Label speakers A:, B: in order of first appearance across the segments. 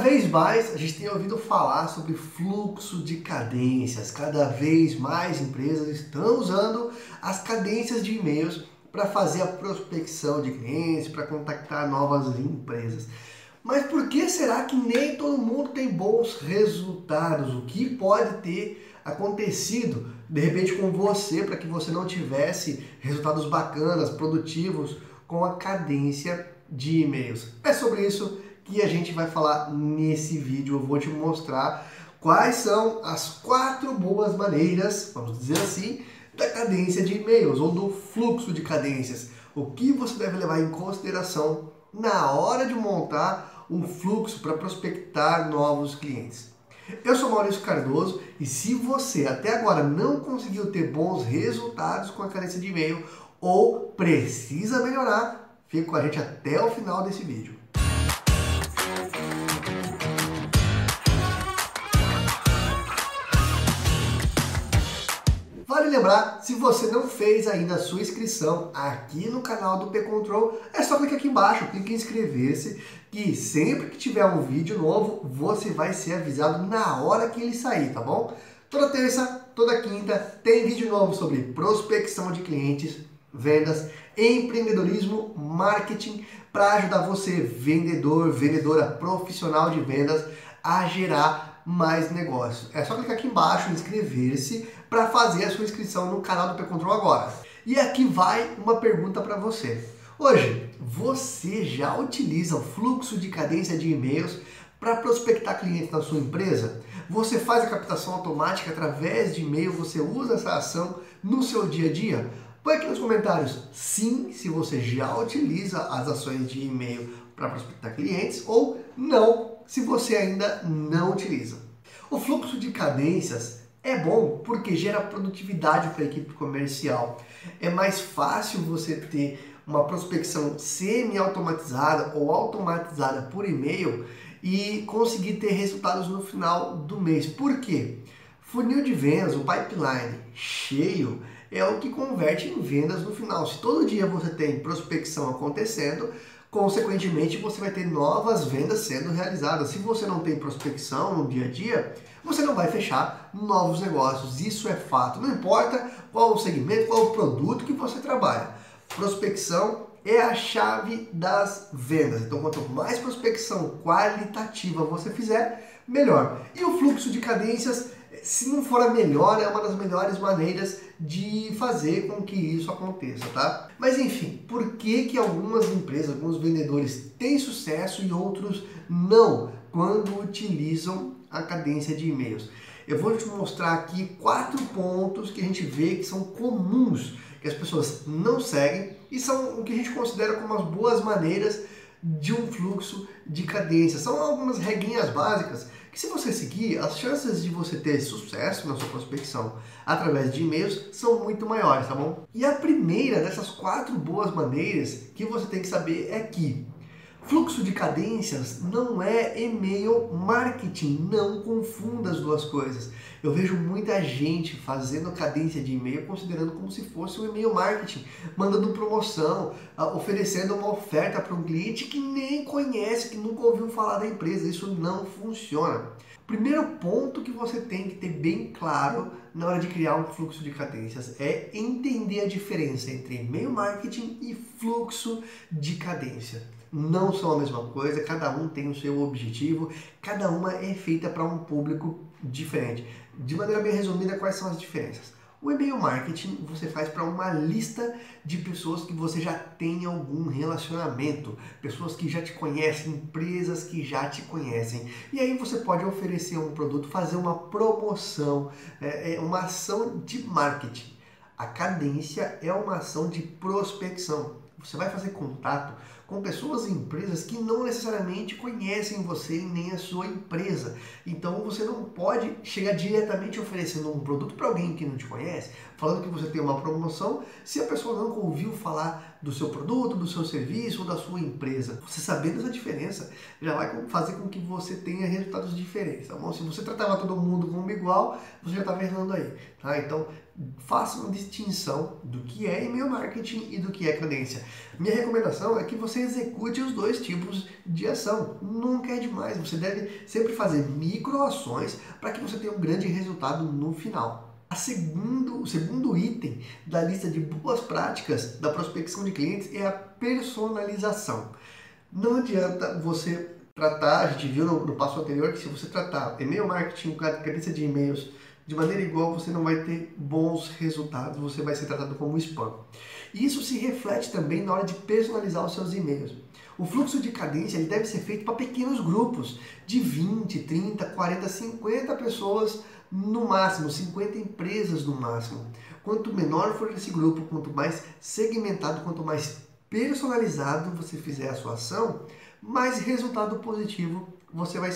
A: vez mais a gente tem ouvido falar sobre fluxo de cadências. Cada vez mais empresas estão usando as cadências de e-mails para fazer a prospecção de clientes, para contactar novas empresas. Mas por que será que nem todo mundo tem bons resultados? O que pode ter acontecido de repente com você para que você não tivesse resultados bacanas, produtivos com a cadência de e-mails? É sobre isso que a gente vai falar nesse vídeo. Eu vou te mostrar quais são as 4 boas maneiras, vamos dizer assim, da cadência de e-mails ou do fluxo de cadências. O que você deve levar em consideração na hora de montar um fluxo para prospectar novos clientes. Eu sou Maurício Cardoso e se você até agora não conseguiu ter bons resultados com a cadência de e-mail ou precisa melhorar, fique com a gente até o final desse vídeo. Vale lembrar, se você não fez ainda a sua inscrição aqui no canal do P-Control, é só clicar aqui embaixo, clique em inscrever-se, que sempre que tiver um vídeo novo, você vai ser avisado na hora que ele sair, tá bom? Toda terça, toda quinta, tem vídeo novo sobre prospecção de clientes, vendas, empreendedorismo, marketing, para ajudar você, vendedor, vendedora profissional de vendas, a gerar mais negócios. É só clicar aqui embaixo, inscrever-se, para fazer a sua inscrição no canal do P-Control agora. E aqui vai uma pergunta para você. Hoje, você já utiliza o fluxo de cadência de e-mails para prospectar clientes na sua empresa? Você faz a captação automática através de e-mail? Você usa essa ação no seu dia a dia? Põe aqui nos comentários sim, se você já utiliza as ações de e-mail para prospectar clientes, ou não, se você ainda não utiliza. O fluxo de cadências é bom porque gera produtividade para a equipe comercial. É mais fácil você ter uma prospecção semi-automatizada ou automatizada por e-mail e conseguir ter resultados no final do mês. Por quê? Funil de vendas, o pipeline cheio, é o que converte em vendas no final. Se todo dia você tem prospecção acontecendo, consequentemente você vai ter novas vendas sendo realizadas. Se você não tem prospecção no dia a dia, você não vai fechar novos negócios. Isso é fato. Não importa qual o segmento, qual o produto que você trabalha. Prospecção é a chave das vendas. Então, quanto mais prospecção qualitativa você fizer, melhor. E o fluxo de cadências, se não for a melhor, é uma das melhores maneiras de fazer com que isso aconteça, tá? Mas enfim, por que algumas empresas, alguns vendedores têm sucesso e outros não quando utilizam a cadência de e-mails? Eu vou te mostrar aqui 4 pontos que a gente vê que são comuns, que as pessoas não seguem e são o que a gente considera como as boas maneiras de um fluxo de cadência. São algumas regrinhas básicas que, se você seguir, as chances de você ter sucesso na sua prospecção através de e-mails são muito maiores, tá bom? E a primeira dessas 4 boas maneiras que você tem que saber é que fluxo de cadências não é e-mail marketing, não confunda as duas coisas. Eu vejo muita gente fazendo cadência de e-mail considerando como se fosse um e-mail marketing, mandando promoção, oferecendo uma oferta para um cliente que nem conhece, que nunca ouviu falar da empresa. Isso não funciona. Primeiro ponto que você tem que ter bem claro na hora de criar um fluxo de cadências é entender a diferença entre e-mail marketing e fluxo de cadência. Não são a mesma coisa, cada um tem o seu objetivo, cada uma é feita para um público diferente. De maneira bem resumida, quais são as diferenças? O e-mail marketing você faz para uma lista de pessoas que você já tem algum relacionamento, pessoas que já te conhecem, empresas que já te conhecem. E aí você pode oferecer um produto, fazer uma promoção, uma ação de marketing. A cadência é uma ação de prospecção. Você vai fazer contato com pessoas e empresas que não necessariamente conhecem você nem a sua empresa. Então você não pode chegar diretamente oferecendo um produto para alguém que não te conhece, falando que você tem uma promoção, se a pessoa nunca ouviu falar do seu produto, do seu serviço ou da sua empresa. Você sabendo essa diferença já vai fazer com que você tenha resultados diferentes, tá bom? Se você tratava todo mundo como igual, você já estava errando aí, tá? Então, faça uma distinção do que é e-mail marketing e do que é cadência. Minha recomendação é que você execute os dois tipos de ação. Nunca é demais, você deve sempre fazer microações para que você tenha um grande resultado no final. O segundo item da lista de boas práticas da prospecção de clientes é a personalização. Não adianta você tratar, a gente viu no passo anterior que se você tratar e-mail marketing, cadência de e-mails de maneira igual, você não vai ter bons resultados, você vai ser tratado como spam. E isso se reflete também na hora de personalizar os seus e-mails. O fluxo de cadência ele deve ser feito para pequenos grupos de 20, 30, 40, 50 pessoas no máximo, 50 empresas no máximo. Quanto menor for esse grupo, quanto mais segmentado, quanto mais personalizado você fizer a sua ação, mais resultado positivo você vai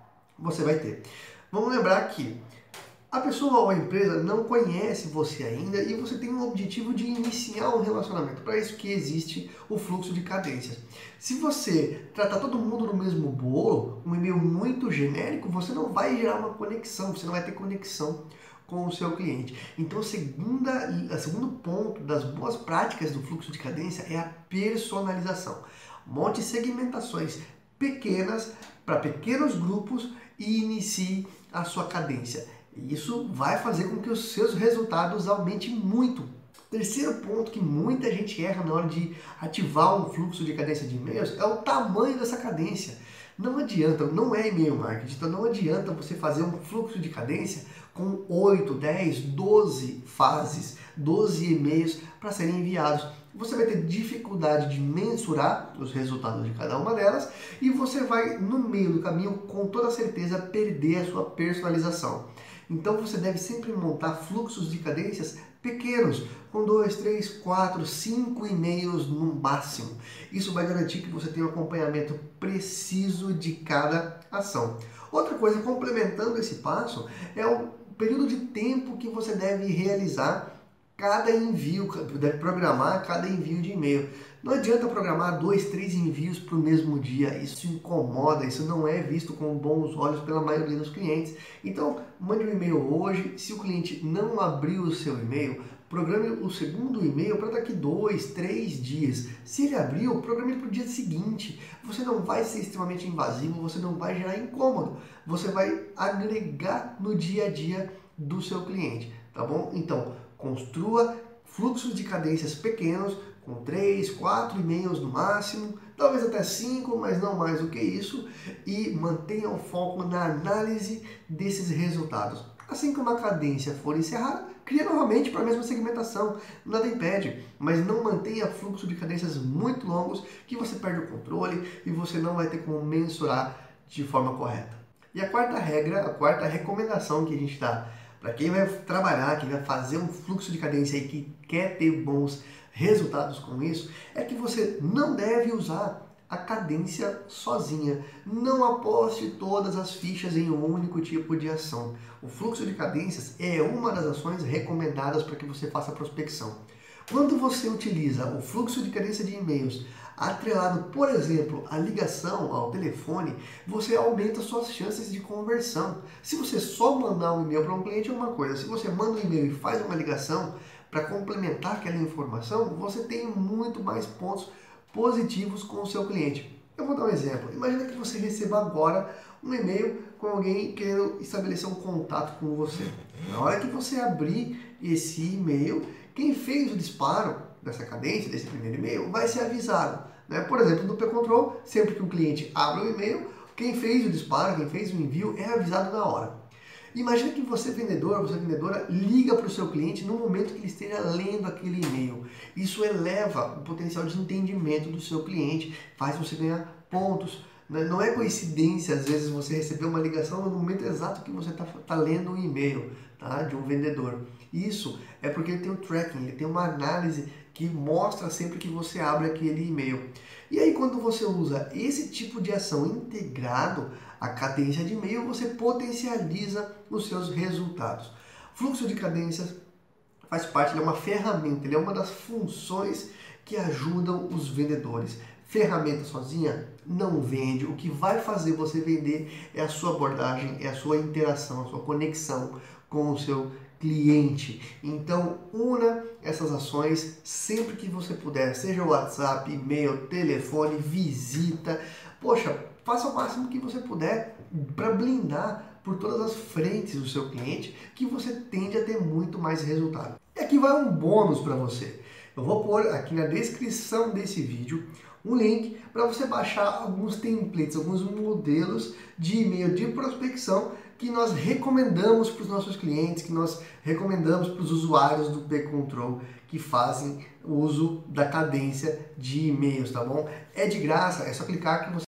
A: ter. Vamos lembrar que a pessoa ou a empresa não conhece você ainda e você tem um objetivo de iniciar um relacionamento. Para isso que existe o fluxo de cadências. Se você tratar todo mundo no mesmo bolo, um e-mail muito genérico, você não vai gerar uma conexão, você não vai ter conexão com o seu cliente. Então, o segundo ponto das boas práticas do fluxo de cadência é a personalização. Monte segmentações pequenas para pequenos grupos e inicie a sua cadência. Isso vai fazer com que os seus resultados aumentem muito. Terceiro ponto que muita gente erra na hora de ativar um fluxo de cadência de e-mails é o tamanho dessa cadência. Não adianta, não é e-mail marketing, então não adianta você fazer um fluxo de cadência com 8, 10, 12 fases, 12 e-mails para serem enviados. Você vai ter dificuldade de mensurar os resultados de cada uma delas e você vai, no meio do caminho, com toda certeza, perder a sua personalização. Então você deve sempre montar fluxos de cadências pequenos, com 2, 3, 4, 5 e-mails no máximo. Isso vai garantir que você tenha um acompanhamento preciso de cada ação. Outra coisa, complementando esse passo, é o período de tempo que você deve realizar cada envio, deve programar cada envio de e-mail. Não adianta programar 2, 3 envios para o mesmo dia, isso incomoda, isso não é visto com bons olhos pela maioria dos clientes. Então, mande um e-mail hoje, se o cliente não abrir o seu e-mail, programe o segundo e-mail para daqui 2, 3 dias. Se ele abriu, programe para o dia seguinte. Você não vai ser extremamente invasivo, você não vai gerar incômodo, você vai agregar no dia a dia do seu cliente, tá bom? Então, construa fluxos de cadências pequenos, com 3, 4 e-mails no máximo, talvez até 5, mas não mais do que isso, e mantenha o foco na análise desses resultados. Assim que uma cadência for encerrada, cria novamente para a mesma segmentação, nada impede, mas não mantenha fluxo de cadências muito longos que você perde o controle e você não vai ter como mensurar de forma correta. E a quarta regra, a quarta recomendação que a gente dá para quem vai trabalhar, quem vai fazer um fluxo de cadência e que quer ter bons resultados com isso, é que você não deve usar a cadência sozinha. Não aposte todas as fichas em um único tipo de ação. O fluxo de cadências é uma das ações recomendadas para que você faça prospecção. Quando você utiliza o fluxo de cadência de e-mails atrelado, por exemplo, à ligação ao telefone, você aumenta suas chances de conversão. Se você só mandar um e-mail para um cliente é uma coisa, se você manda um e-mail e faz uma ligação para complementar aquela informação, você tem muito mais pontos positivos com o seu cliente. Eu vou dar um exemplo. Imagina que você receba agora um e-mail com alguém querendo estabelecer um contato com você. Na hora que você abrir esse e-mail, quem fez o disparo dessa cadência, desse primeiro e-mail, vai ser avisado. Né? Por exemplo, no P-Control, sempre que o cliente abre o e-mail, quem fez o disparo, quem fez o envio, é avisado na hora. Imagina que você, vendedor, você vendedora, liga para o seu cliente no momento que ele esteja lendo aquele e-mail. Isso eleva o potencial de entendimento do seu cliente, faz você ganhar pontos. Não é coincidência, às vezes, você receber uma ligação no momento exato que você está lendo um e-mail, tá, de um vendedor. Isso é porque ele tem um tracking, ele tem uma análise que mostra sempre que você abre aquele e-mail. E aí, quando você usa esse tipo de ação integrado à cadência de e-mail, você potencializa os seus resultados. Fluxo de cadências faz parte, ele é uma ferramenta, ele é uma das funções que ajudam os vendedores. Ferramenta sozinha não vende. O que vai fazer você vender é a sua abordagem, é a sua interação, a sua conexão com o seu cliente. Então, una essas ações sempre que você puder, seja WhatsApp, e-mail, telefone, visita. Poxa, faça o máximo que você puder para blindar por todas as frentes do seu cliente, que você tende a ter muito mais resultado. E aqui vai um bônus para você. Eu vou pôr aqui na descrição desse vídeo um link para você baixar alguns templates, alguns modelos de e-mail de prospecção que nós recomendamos para os nossos clientes, que nós recomendamos para os usuários do P-Control que fazem uso da cadência de e-mails, tá bom? É de graça, é só clicar que você